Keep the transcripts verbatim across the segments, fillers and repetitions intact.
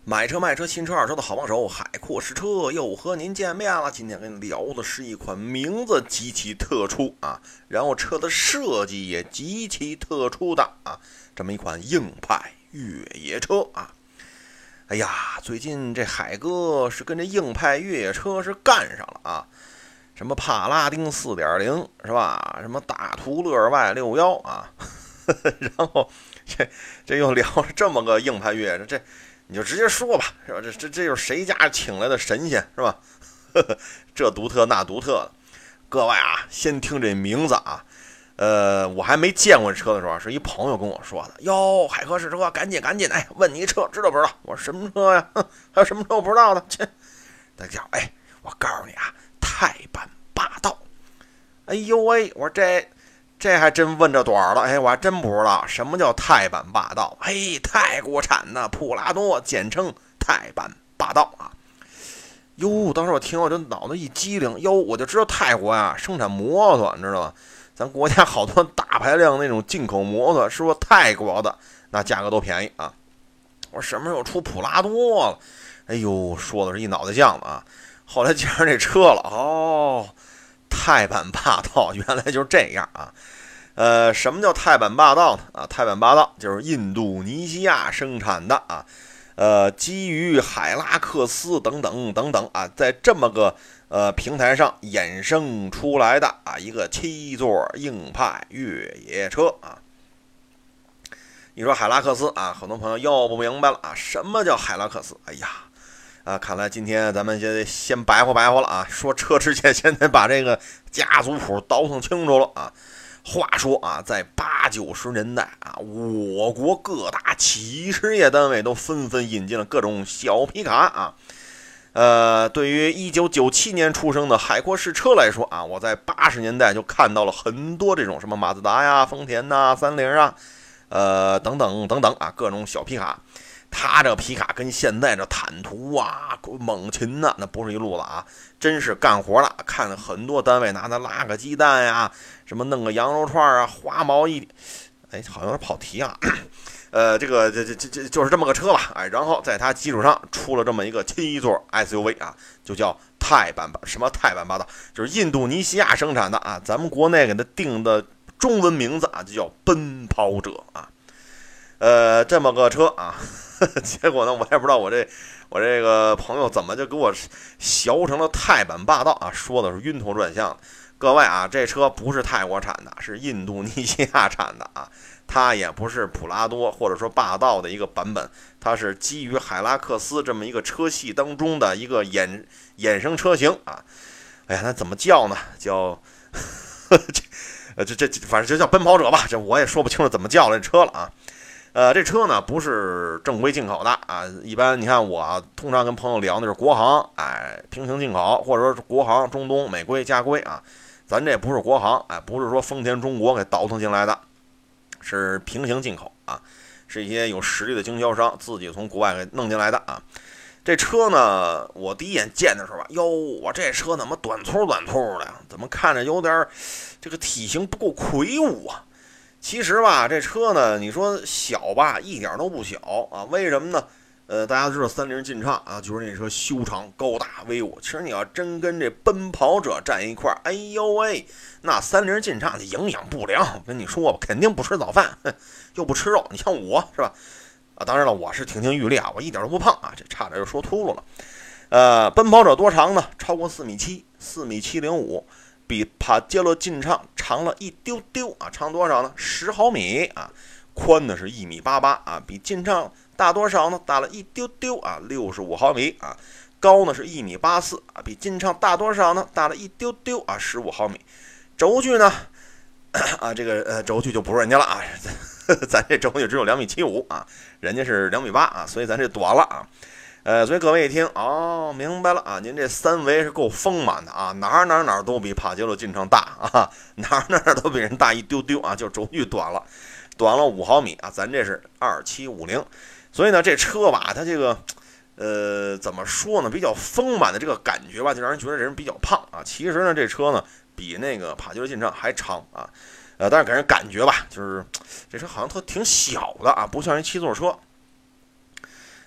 买车卖车新车二手的好帮手，海阔试车又和您见面了。今天跟你聊的是一款名字极其特殊啊，然后车的设计也极其特殊的啊，这么一款硬派越野车啊。哎呀，最近这海哥是跟这硬派越野车是干上了啊，什么帕拉丁 四点零 是吧？什么大途乐 Y 六十一 啊，然后这这又聊了这么个硬派越野车，这。你就直接说吧，是吧？这这这就是谁家请来的神仙，是吧？呵呵，这独特那独特的。各位啊，先听这名字啊，呃，我还没见过这车的时候，是一朋友跟我说的。哟，海科试车，赶紧赶紧，哎，问你一车知道不知道？我说什么车呀？哼，还有什么车我不知道的？切，大家哎，我告诉你啊，泰版霸道。哎呦喂，我说这。这还真问着短了，哎，我还真不知道什么叫泰版霸道。嘿，泰国产的普拉多，简称泰版霸道啊。哟，当时我听我就脑子一激灵，哟，我就知道泰国呀生产摩托，你知道吗？咱国家好多大排量那种进口摩托，是不是泰国的？那价格都便宜啊。我说什么时候出普拉多了？哎呦，说的是一脑袋酱子啊。后来见上这车了，哦。泰版霸道原来就是这样啊，呃，什么叫泰版霸道呢？啊，泰版霸道就是印度尼西亚生产的啊，呃，基于海拉克斯等等等等啊，在这么个呃平台上衍生出来的啊一个七座硬派越野车啊。你说海拉克斯啊，很多朋友又不明白了啊，什么叫海拉克斯？哎呀。啊，看来今天咱们先先白活白活了啊！说车之前，先得把这个家族谱倒腾清楚了啊。话说啊，在八九十年代啊，我国各大企事业单位都纷纷引进了各种小皮卡啊。呃，对于一九九七年出生的海阔试车来说啊，我在八十年代就看到了很多这种什么马自达呀、丰田呐、三菱啊，呃等等等等啊，各种小皮卡。他这皮卡跟现在这坦途啊、猛禽呐、啊，那不是一路子啊，真是干活了。看了很多单位拿它拉个鸡蛋呀，什么弄个羊肉串啊，花毛一，哎，好像有点跑题啊。呃，这个这这这这就是这么个车吧，哎，然后在它基础上出了这么一个七座 S U V 啊，就叫泰版什么泰版霸道，就是印度尼西亚生产的啊，咱们国内给它定的中文名字啊，就叫奔跑者啊。呃，这么个车啊，呵呵，结果呢，我也不知道我这我这个朋友怎么就给我学成了泰版霸道啊，说的是晕头转向。各位啊，这车不是泰国产的，是印度尼西亚产的啊，它也不是普拉多或者说霸道的一个版本，它是基于海拉克斯这么一个车系当中的一个衍衍生车型啊。哎呀，那怎么叫呢？叫呵呵这呃这这反正就叫奔跑者吧，这我也说不清楚怎么叫了这车了啊。呃，这车呢不是正规进口的啊，一般你看我通常跟朋友聊的是国行，哎，平行进口，或者说是国行、中东、美规、加规啊，咱这不是国行，哎，不是说丰田中国给倒腾进来的，是平行进口啊，是一些有实力的经销商自己从国外给弄进来的啊。这车呢，我第一眼见的时候吧，哟，我这车怎么短粗短粗的呀？怎么看着有点这个体型不够魁梧啊？其实吧，这车呢，你说小吧，一点都不小啊。为什么呢？呃，大家都知道三菱劲畅啊，就是那车修长高大威武。其实你要真跟这奔跑者站一块儿，哎呦喂，那三菱劲畅的营养不良，我跟你说吧，肯定不吃早饭，又不吃肉。你像我是吧？啊，当然了，我是亭亭玉立啊，我一点都不胖啊，这差点就说秃噜了。呃，奔跑者多长呢？超过四米七，四米七零五。比帕杰罗劲畅长了一丢丢啊，长多少呢？十毫米啊，宽呢是一米八八啊，比劲畅大多少呢？大了一丢丢啊，六十五毫米啊，高呢是一米八四啊，比劲畅大多少呢？大了一丢丢啊，十五毫米。轴距呢？啊，这个呃轴距就不是人家了啊，咱这轴距只有两米七五啊，人家是两米八啊，所以咱这短了啊。呃，所以各位一听，哦，明白了啊，您这三维是够丰满的啊，哪哪哪都比帕杰罗劲畅大啊，哪哪都比人大一丢丢啊，就轴距短了，短了五毫米啊，咱这是二七五零，所以呢，这车吧，它这个，呃，怎么说呢，比较丰满的这个感觉吧，就让人觉得人比较胖啊。其实呢，这车呢比那个帕杰罗劲畅还长啊，呃，但是给人感觉吧，就是这车好像特挺小的啊，不像一七座车。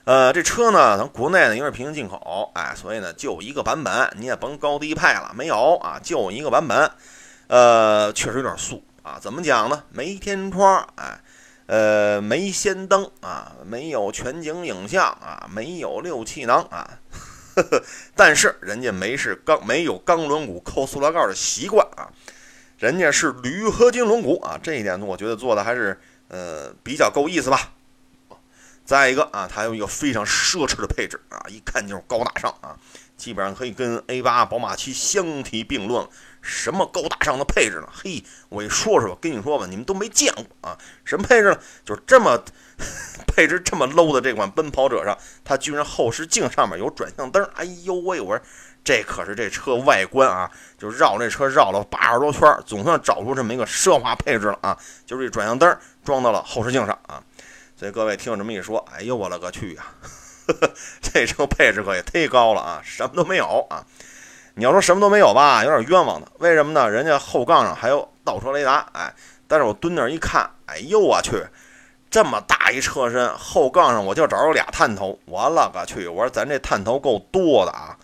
呃，这车呢，咱国内呢因为是平行进口，哎，所以呢就一个版本，你也甭高低配了，没有啊，就一个版本。呃，确实有点素啊，怎么讲呢？没天窗，哎，呃，没氙灯啊，没有全景影像啊，没有六气囊啊。呵呵，但是人家没是钢没有钢轮毂扣塑料盖的习惯啊，人家是铝合金轮毂啊，这一点我觉得做的还是呃比较够意思吧。再一个啊，它有一个非常奢侈的配置啊，一看就是高大上啊，基本上可以跟 A 八、宝马七相提并论了。什么高大上的配置呢？嘿，我一说说，跟你说吧，你们都没见过啊。什么配置呢？就是这么配置这么 low 的这款奔跑者上，它居然后视镜上面有转向灯。哎呦喂，我说这可是这车外观啊，就绕这车绕了八十多圈，总算找出这么一个奢华配置了啊！就是这转向灯装到了后视镜上啊。所以各位听我这么一说，哎呦我勒个去呀、啊！这车配置可也忒高了啊，什么都没有啊！你要说什么都没有吧，有点冤枉的。为什么呢？人家后杠上还有倒车雷达，哎，但是我蹲那儿一看，哎呦我去，这么大一车身，后杠上我就找着俩探头，我勒个去！我说咱这探头够多的啊。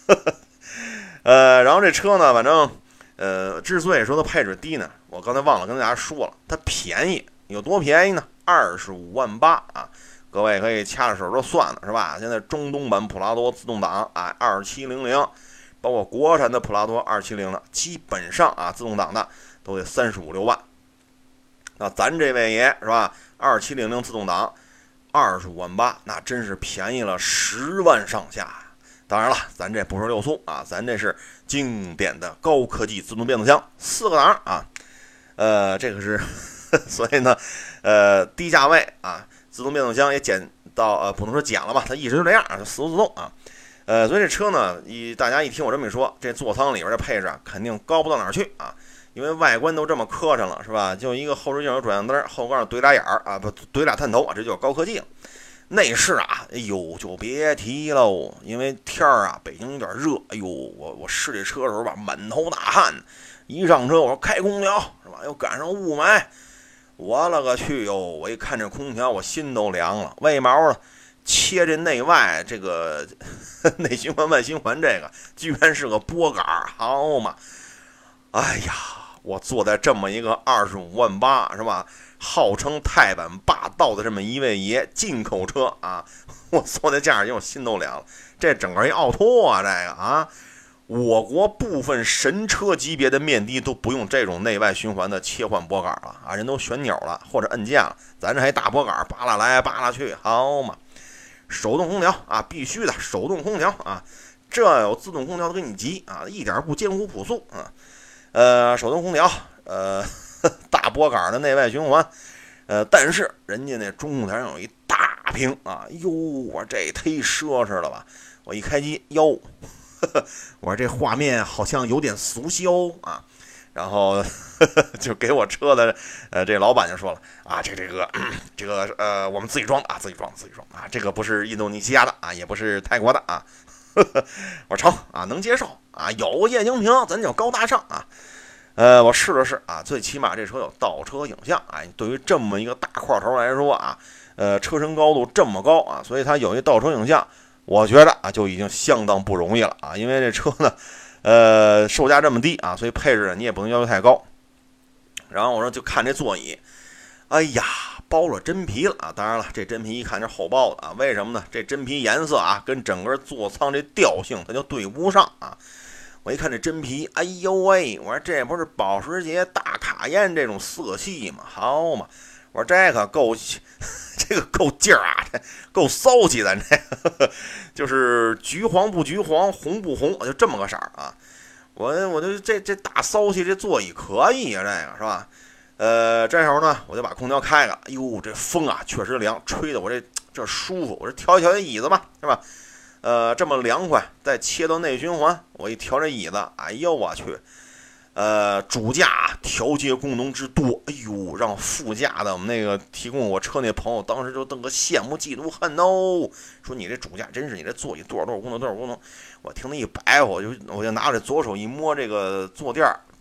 呃，然后这车呢，反正呃，之所以说它配置低呢，我刚才忘了跟大家说了，它便宜，有多便宜呢？二十五万八啊！各位可以掐着手就算了，是吧？现在中东版普拉多自动挡，哎，二七零零。包括国产的普拉多二七零的，基本上啊，自动挡的都得三十五六万。那咱这位爷是吧？二七零零自动挡二十五万八，那真是便宜了十万上下。当然了，咱这不是六速啊，咱这是经典的高科技自动变速箱，四个档啊。呃，这个是，所以呢，呃，低价位啊，自动变速箱也减到呃，不能说减了吧，它一直就这样，就四速自动啊。呃，所以这车呢，一大家一听我这么一说，这座舱里边的配置啊，肯定高不到哪儿去啊，因为外观都这么磕碜了，是吧？就一个后视镜有转向灯，后杠上怼俩眼儿啊，不怼俩探头啊，这就是高科技了。内饰啊，哎呦，就别提喽，因为天儿啊，北京有点热，哎呦，我我试这车的时候吧，满头大汗，一上车我说开空调是吧？又赶上雾霾，我勒个去哟！我一看这空调，我心都凉了，为毛呢？切这内外这个内循环外循环，这个居然是个拨杆，好嘛！哎呀，我坐在这么一个二十五万八是吧，号称泰版霸道的这么一位爷，进口车啊，我坐在驾驶间我心都凉了。这整个一奥拓啊，这个啊，我国部分神车级别的面的都不用这种内外循环的切换拨杆了啊，人都旋钮了或者按键了，咱这还大拨杆，扒拉来扒拉去，好嘛！手动空调啊，必须的手动空调啊，这有自动空调都给你急啊，一点不艰苦朴素啊。呃，手动空调，呃，大拨杆的内外循环，呃，但是人家那中控台上有一大屏啊，哟，我这忒奢侈了吧？我一开机，哟，我说这画面好像有点俗气哦啊。然后呵呵就给我车的呃这老板就说了啊，这这个这个呃我们自己装的啊，自己装自己装啊，这个不是印度尼西亚的啊，也不是泰国的啊。呵呵我说成啊，能接受啊，有液晶屏，咱叫高大上啊。呃，我试了试啊，最起码这车有倒车影像啊，对于这么一个大块头来说啊，呃，车身高度这么高啊，所以它有一倒车影像，我觉得啊就已经相当不容易了啊，因为这车呢。呃，售价这么低啊，所以配置你也不能要求太高。然后我说就看这座椅，哎呀，包了真皮了啊！当然了，这真皮一看是厚包的啊，为什么呢？这真皮颜色啊，跟整个座舱这调性它就对不上啊。我一看这真皮，哎呦喂，我说这不是保时捷大卡宴这种色系吗？好嘛，我说这可够。这个够劲儿啊，这够骚气的，这个就是橘黄不橘黄，红不红，就这么个色儿啊。我我就这这大骚气，这座椅可以啊，这个是吧？呃，这时候呢，我就把空调开了。哎呦，这风啊确实凉，吹的我这这舒服。我说调一调这椅子吧，是吧？呃，这么凉快，再切到内循环，我一调这椅子，哎呦我去！呃，主驾调节功能之多，哎呦，让副驾的我们那个提供我车那朋友当时就瞪个羡慕嫉妒恨哦，说你这主驾真是你这座椅多少多少功能多少功能。我听他一白话，我就我就拿着左手一摸这个坐垫，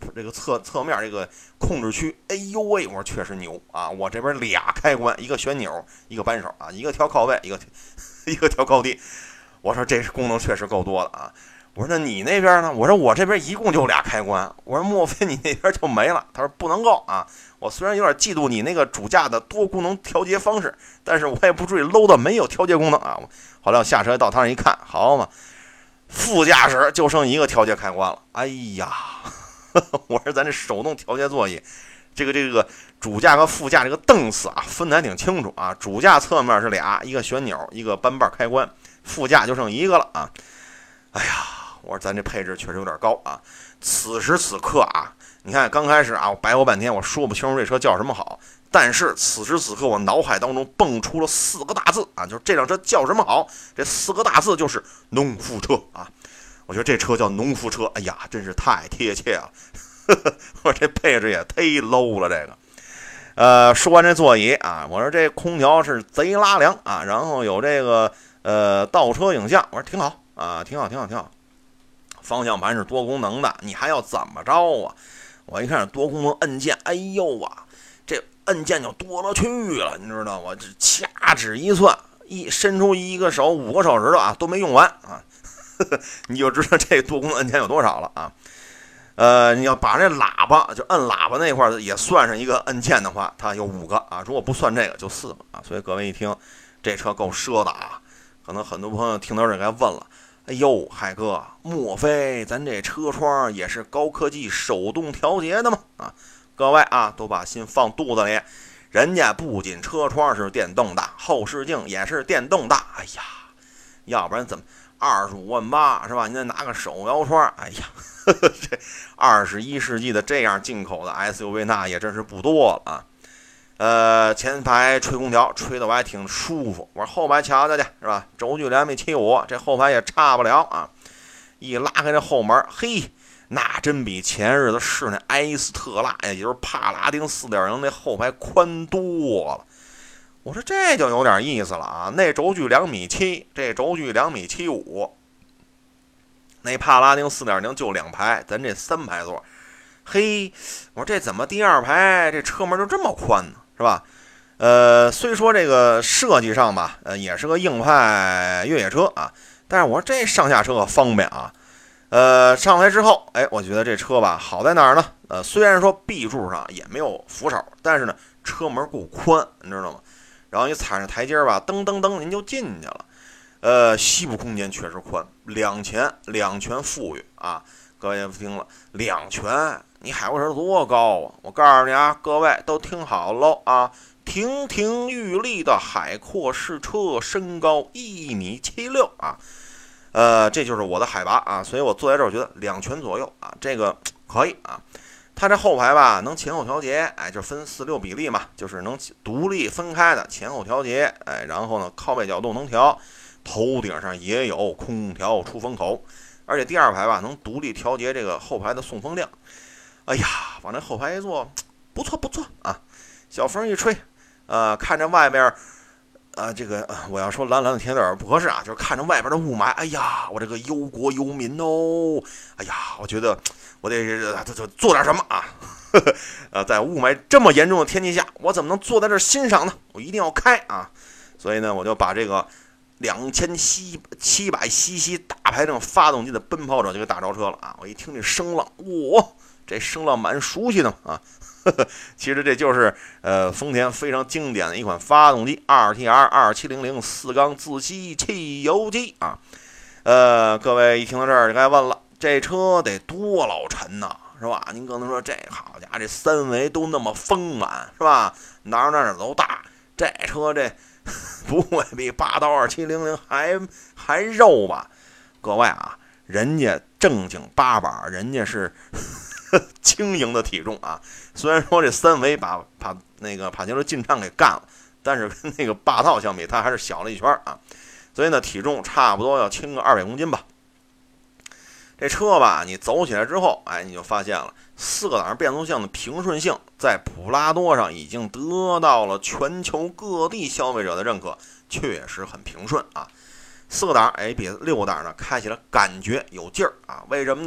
这个侧侧面这个控制区，哎呦喂，我说确实牛啊！我这边俩开关，一个旋钮，一个扳手啊，一个调靠位，一个一个调高低。我说这功能确实够多的啊！我说那你那边呢？我说我这边一共就俩开关。我说莫非你那边就没了？他说不能够啊！我虽然有点嫉妒你那个主驾的多功能调节方式，但是我也不至于 low 到没有调节功能啊！后来我下车到摊上一看，好嘛，副驾驶就剩一个调节开关了。哎呀，我说咱这手动调节座椅，这个这个主驾和副驾这个档次啊分得还挺清楚啊。主驾侧面是俩，一个旋钮，一个扳把开关，副驾就剩一个了啊。哎呀，我说咱这配置确实有点高啊。此时此刻啊，你看刚开始啊，我白活半天，我说不清楚这车叫什么好。但是此时此刻，我脑海当中蹦出了四个大字啊，就是这辆车叫什么好？这四个大字就是农夫车啊！我觉得这车叫农夫车，哎呀，真是太贴切了。呵呵，我说这配置也忒 low 了，这个。呃，说完这座椅啊，我说这空调是贼拉凉啊，然后有这个呃倒车影像，我说挺好啊，挺好，挺好，挺好。方向盘是多功能的，你还要怎么着啊？我一看多功能按键，哎呦啊！这按键就多了去了，你知道吗？这掐指一算，一伸出一个手，五个手指头啊都没用完啊，呵呵，你就知道这多功能按键有多少了啊。呃，你要把这喇叭就按喇叭那块也算上一个按键的话，它有五个啊，如果不算这个就四个啊。所以各位一听，这车够奢的啊。可能很多朋友听到这该问了，哎呦，海哥，莫非咱这车窗也是高科技手动调节的吗？啊？各位啊，都把心放肚子里，人家不仅车窗是电动的，后视镜也是电动的。哎呀，要不然怎么二十五万八是吧？你再拿个手摇窗，哎呀，呵呵，这二十一世纪的这样进口的 S U V 那也真是不多了啊。呃，前排吹空调，吹得我还挺舒服。我说后排瞧瞧去是吧？轴距两米七五，这后排也差不了啊。一拉开这后门，嘿。那真比前日子试那埃斯特拉，也就是帕拉丁 四点零 那后排宽多了。我说这就有点意思了啊！那轴距两米七，这轴距两米七五，那帕拉丁 四点零 就两排，咱这三排座。嘿，我说这怎么第二排这车门就这么宽呢？是吧？呃，虽说这个设计上吧，呃，也是个硬派越野车啊，但是我说这上下车可方便啊。呃，上来之后，哎，我觉得这车吧好在哪儿呢？呃，虽然说 B 柱上也没有扶手，但是呢，车门够宽，你知道吗？然后你踩上台阶吧，噔噔噔，您就进去了。呃，膝部空间确实宽，两前两拳富裕啊！各位听了，两拳，你海阔车多高啊？我告诉你啊，各位都听好喽啊！亭亭玉立的海阔试车，身高一米七六啊！呃，这就是我的海拔啊，所以我坐在这儿，我觉得两拳左右啊，这个可以啊。它这后排吧，能前后调节，哎，就分四六比例嘛，就是能独立分开的前后调节，哎，然后呢，靠背角度能调，头顶上也有空调出风口，而且第二排吧，能独立调节这个后排的送风量。哎呀，往这后排一坐，不错不错啊，小风一吹，呃，看着外边。啊、呃，这个、呃、我要说蓝蓝的天有点不合适啊，就是看着外边的雾霾，哎呀，我这个忧国忧民哦，哎呀，我觉得我得这这做点什么啊，呵呵，呃，在雾霾这么严重的天气下，我怎么能坐在这儿欣赏呢？我一定要开啊，所以呢，我就把这个两千七百 C C 大排量发动机的奔跑者就给打着车了啊！我一听这声浪，哇，这声浪蛮熟悉的啊。呵呵，其实这就是呃丰田非常经典的一款发动机 二 T R 二七零零四缸自吸汽油机啊。呃，各位一听到这儿就该问了，这车得多老沉呐，是吧？您可能说这好家伙，这三维都那么丰满，是吧？哪儿哪儿都大，这车这不会比霸道二七零零还还肉吧？各位啊，人家正经八百，人家是轻盈的体重啊。虽然说这三维把把那个帕杰罗进站给干了，但是跟那个霸道相比，它还是小了一圈啊。所以呢，体重差不多要轻个二百公斤吧。这车吧，你走起来之后，哎，你就发现了四个档变速箱的平顺性，在普拉多上已经得到了全球各地消费者的认可，确实很平顺啊。四个档，哎，比六个档呢开起来感觉有劲儿啊。为什么呢？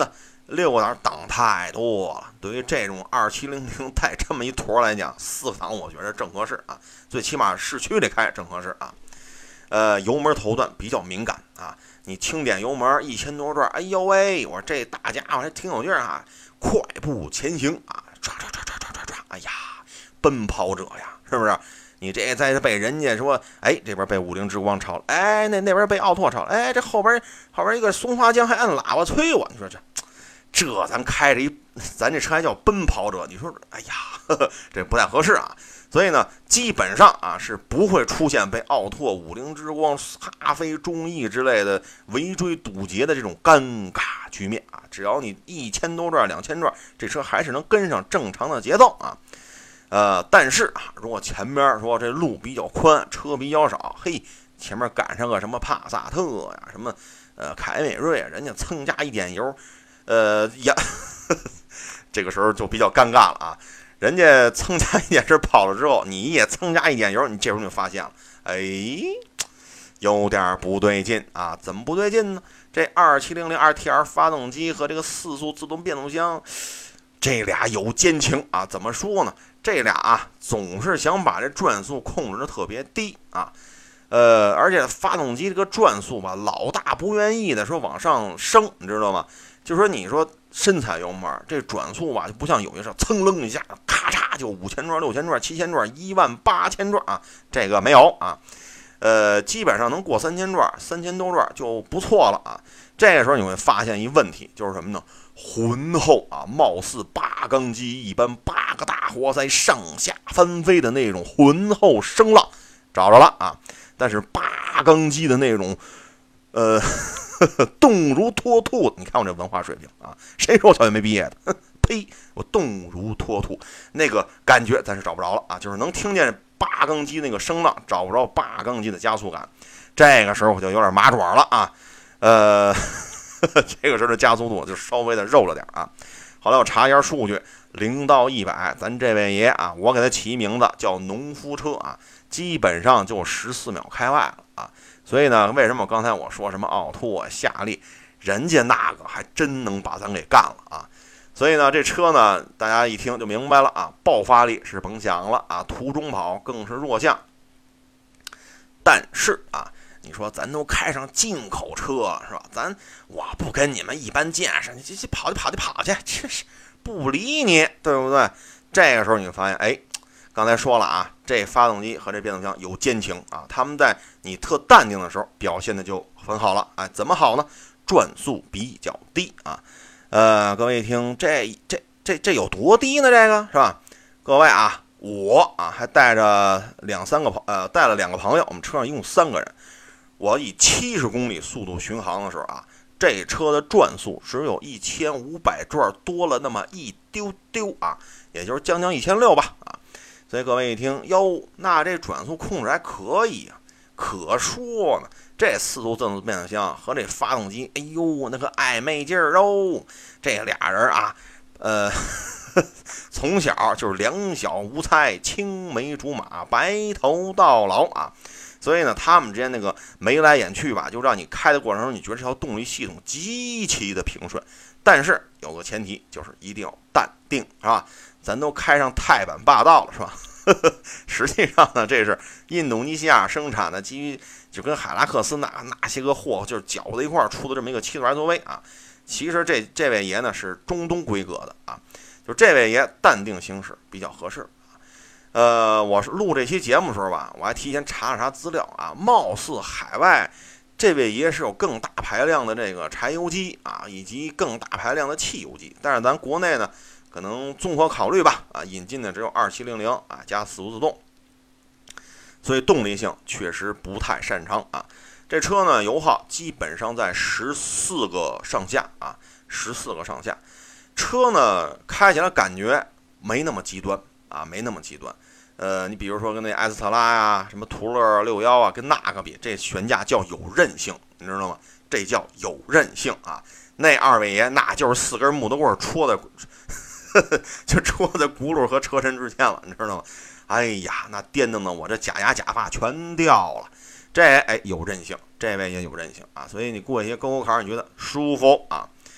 六个档档太多了，对于这种二七零零带这么一坨来讲，四个档我觉得正合适啊，最起码市区里开正合适啊。呃，油门头段比较敏感啊，你轻点油门一千多转，哎呦喂，我说这大家伙还挺有劲儿啊，快步前行啊，唰唰唰唰唰唰唰，哎呀，奔跑者呀，是不是？你这再被人家说，哎，这边被五菱之光超了，哎，那那边被奥拓超了，哎，这后边后边一个松花江还按喇叭催我，你说这这咱开着一，咱这车还叫奔跑者，你说，哎呀，呵呵，这不太合适啊。所以呢，基本上啊是不会出现被奥拓、五菱之光、哈飞、中意之类的围追堵截的这种尴尬局面啊。只要你一千多转、两千转，这车还是能跟上正常的节奏啊。呃，但是啊，如果前面说这路比较宽，车比较少，嘿，前面赶上个什么帕萨特呀、什么呃凯美瑞啊，人家蹭加一点油，呃呀，这个时候就比较尴尬了啊。人家蹭加一点是跑了之后，你也蹭加一点油，你这时候就发现了，哎，有点不对劲啊！怎么不对劲呢？这二七零零 二 T 二 发动机和这个四速自动变速箱，这俩有奸情啊！怎么说呢？这俩啊，总是想把这转速控制的特别低啊，呃，而且发动机这个转速吧，老大不愿意的说往上升，你知道吗？就说你说深踩油门，这转速吧就不像有些车蹭楞一下，咔嚓就五千转、六千转、七千转、一万八千转啊，这个没有啊，呃，基本上能过三千转、三千多转就不错了啊。这个时候你会发现一问题，就是什么呢？浑厚啊，貌似八缸机一般，八个大活塞上下翻飞的那种浑厚声浪，找着了啊。但是八缸机的那种，呃。动如脱兔，你看我这文化水平啊！谁说我小学没毕业的？呸！我动如脱兔，那个感觉咱是找不着了啊！就是能听见八缸机那个声浪，找不着八缸机的加速感。这个时候我就有点麻爪了啊！呃，这个时候的加速度就稍微的肉了点啊。后来我查一下数据，零到一百，咱这位爷啊，我给他起名字叫农夫车啊，基本上就十四秒开外了啊。所以呢，为什么刚才我说什么奥拓、夏利，人家那个还真能把咱给干了啊！所以呢，这车呢，大家一听就明白了啊，爆发力是甭想了啊，途中跑更是弱项。但是啊，你说咱都开上进口车了是吧？咱我不跟你们一般见识，你这这跑去跑去跑去，这是不理你，对不对？这个时候你就发现，哎。刚才说了啊，这发动机和这变速箱有奸情啊，他们在你特淡定的时候表现的就很好了，哎，怎么好呢？转速比较低啊，呃，各位一听这这这这有多低呢？这个是吧？各位啊，我啊还带着两三个朋呃带了两个朋友，我们车上一共三个人，我以七十公里速度巡航的时候啊，这车的转速只有一千五百转多了那么一丢丢啊，也就是将将一千六吧啊。所以各位一听，哟，那这转速控制还可以啊，可说呢。这四速自动变速箱和这发动机，哎呦，那个暧昧劲儿哦。这俩人啊，呃，呵呵从小就是两小无猜，青梅竹马，白头到老啊。所以呢，他们之间那个眉来眼去吧，就让你开的过程中，你觉得这条动力系统极其的平顺。但是有个前提，就是一定要淡定，是吧？咱都开上泰版霸道了，是吧？实际上呢，这是印度尼西亚生产的，基于就跟海拉克斯那那些个货就是搅在一块儿出的这么一个七座 S U V 啊。其实这这位爷呢是中东规格的啊，就这位爷淡定行驶比较合适啊。呃，我是录这期节目的时候吧，我还提前查了查资料啊，貌似海外这位爷是有更大排量的这个柴油机啊，以及更大排量的汽油机，但是咱国内呢。可能综合考虑吧，啊，引进的只有二七零零啊加四速自动，所以动力性确实不太擅长啊。这车呢油耗基本上在十四个上下啊，十四个上下。车呢开起来感觉没那么极端啊，没那么极端。呃，你比如说跟那埃斯特拉呀、什么途乐六幺啊，跟那个比，这悬架叫有韧性，你知道吗？这叫有韧性啊。那二位爷那就是四根木头棍戳在。就戳在轱辘和车身之间了，你知道吗？哎呀，那颠腾的我这假牙假发全掉了。这哎有韧性，这位也有韧性啊，所以你过一些沟沟坎你觉得舒服啊。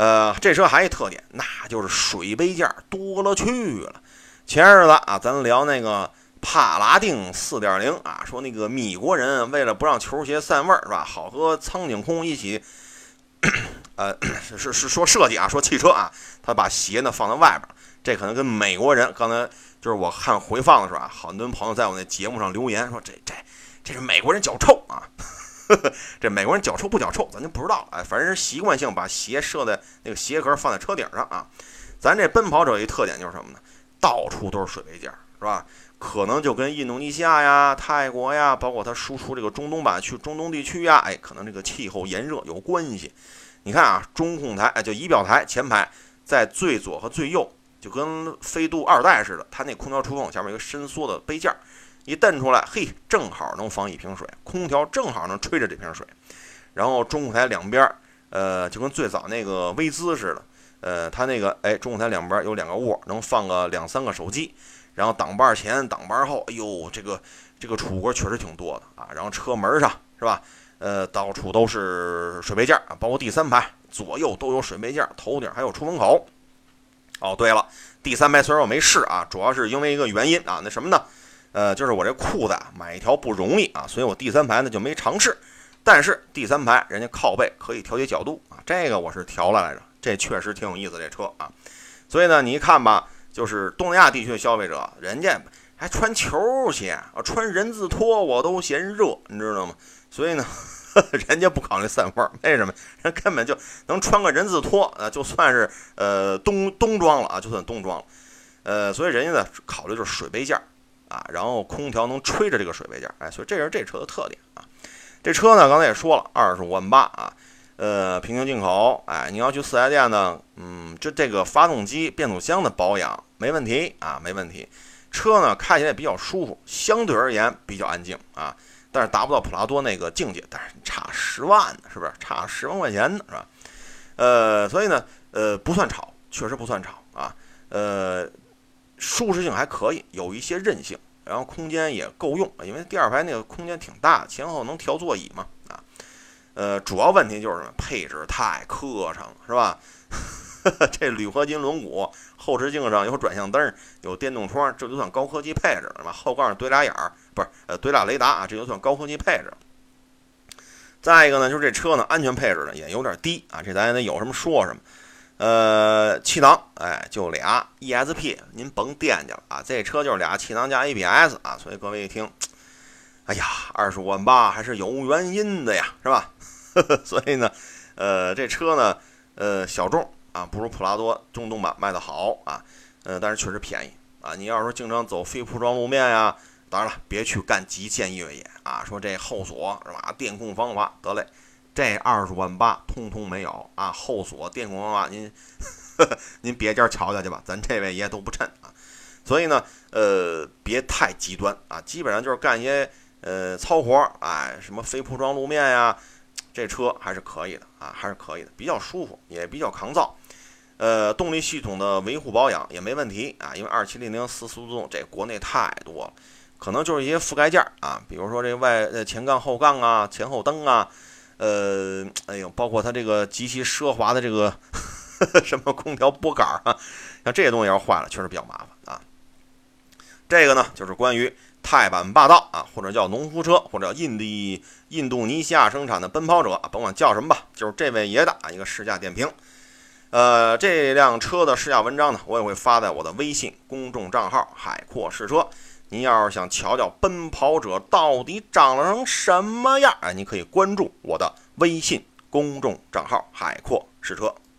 呃，这车还一特点，那就是水杯件多了去了。前日子啊，咱聊那个帕拉丁 四点零 啊，说那个米国人为了不让球鞋散味儿是吧，好和苍井空一起，呃，是是说设计啊，说汽车啊，他把鞋呢放在外边，这可能跟美国人刚才就是我看回放的时候啊，很多朋友在我那节目上留言说这这这是美国人脚臭啊。这美国人脚臭不脚臭咱就不知道，哎，反正是习惯性把鞋设在那个鞋壳放在车顶上啊。咱这奔跑者有一特点就是什么呢？到处都是水杯件，是吧？可能就跟印度尼西亚呀、泰国呀，包括它输出这个中东版去中东地区呀，哎，可能这个气候炎热有关系。你看啊，中控台哎，就仪表台前排在最左和最右，就跟飞度二代似的，它那空调出风口下面有一个伸缩的杯件，一蹬出来，嘿，正好能放一瓶水，空调正好能吹着这瓶水。然后中控台两边，呃，就跟最早那个威姿似的，呃，它那个哎，中控台两边有两个窝，能放个两三个手机。然后挡把前、挡把后，哎呦，这个这个出格确实挺多的啊。然后车门上是吧，呃，到处都是水杯件啊，包括第三排左右都有水杯件，头顶还有出风口。哦，对了，第三排虽然我没试啊，主要是因为一个原因啊，那什么呢？呃，就是我这裤子啊买一条不容易啊，所以我第三排呢就没尝试。但是第三排人家靠背可以调节角度啊，这个我是调了来着，这确实挺有意思这车啊。所以呢，你一看吧，就是东南亚地区的消费者，人家还穿球鞋啊，穿人字拖我都嫌热，你知道吗？所以呢，呵呵人家不考虑散味儿，为什么？人根本就能穿个人字拖啊，就算是呃冬冬装了啊，就算冬装了。呃，所以人家呢考虑就是水杯件啊，然后空调能吹着这个水杯件，哎，所以这是这车的特点啊。这车呢，刚才也说了，二十五万八啊，呃，平行进口，哎，你要去四 S 店呢，嗯，这这个发动机、变速箱的保养没问题啊，没问题。车呢开起来也比较舒服，相对而言比较安静啊，但是达不到普拉多那个境界，但是差十万呢，是不是？差十万块钱呢，是吧？呃，所以呢，呃，不算吵，确实不算吵啊，呃，舒适性还可以，有一些韧性。然后空间也够用，因为第二排那个空间挺大，前后能调座椅嘛啊。呃，主要问题就是什么？配置太磕碜了，是吧？这铝合金轮毂，后视镜上有转向灯，有电动窗，这就算高科技配置了吧？后杠上怼俩眼儿，不是呃怼俩雷达啊，这就算高科技配置。再一个呢，就是这车呢安全配置呢也有点低啊，这咱也得有什么说什么。呃，气囊，哎，就俩 E S P， 您甭惦记了啊，这车就是俩气囊加 A B S 啊，所以各位一听，哎呀，二十五万八还是有原因的呀，是吧？所以呢，呃，这车呢，呃，小众啊，不如普拉多中东版卖的好啊，呃，但是确实便宜啊。你要是说经常走非铺装路面呀，当然了，别去干极限越野啊，说这后锁是吧，电控防滑，得嘞。这二十万八通通没有啊！后锁电控防滑，您呵呵您别家瞧瞧去吧，咱这位爷都不趁啊。所以呢，呃，别太极端啊，基本上就是干一些呃糙活，哎，什么非铺装路面呀，这车还是可以的啊，还是可以的，比较舒服，也比较抗造。呃，动力系统的维护保养也没问题啊，因为二七零零四速动这国内太多了，可能就是一些覆盖件啊，比如说这外呃前杠后杠啊，前后灯啊。呃，哎呦，包括它这个极其奢华的这个呵呵什么空调拨杆啊，像这些东西要坏了，确实比较麻烦啊。这个呢，就是关于泰版霸道啊，或者叫农夫车，或者叫印地印度尼西亚生产的奔跑者，甭管叫什么吧，就是这位爷的啊一个试驾点评。呃，这辆车的试驾文章呢，我也会发在我的微信公众账号海阔试车。您要是想瞧瞧奔跑者到底长成什么样，哎，你可以关注我的微信公众账号海阔试车。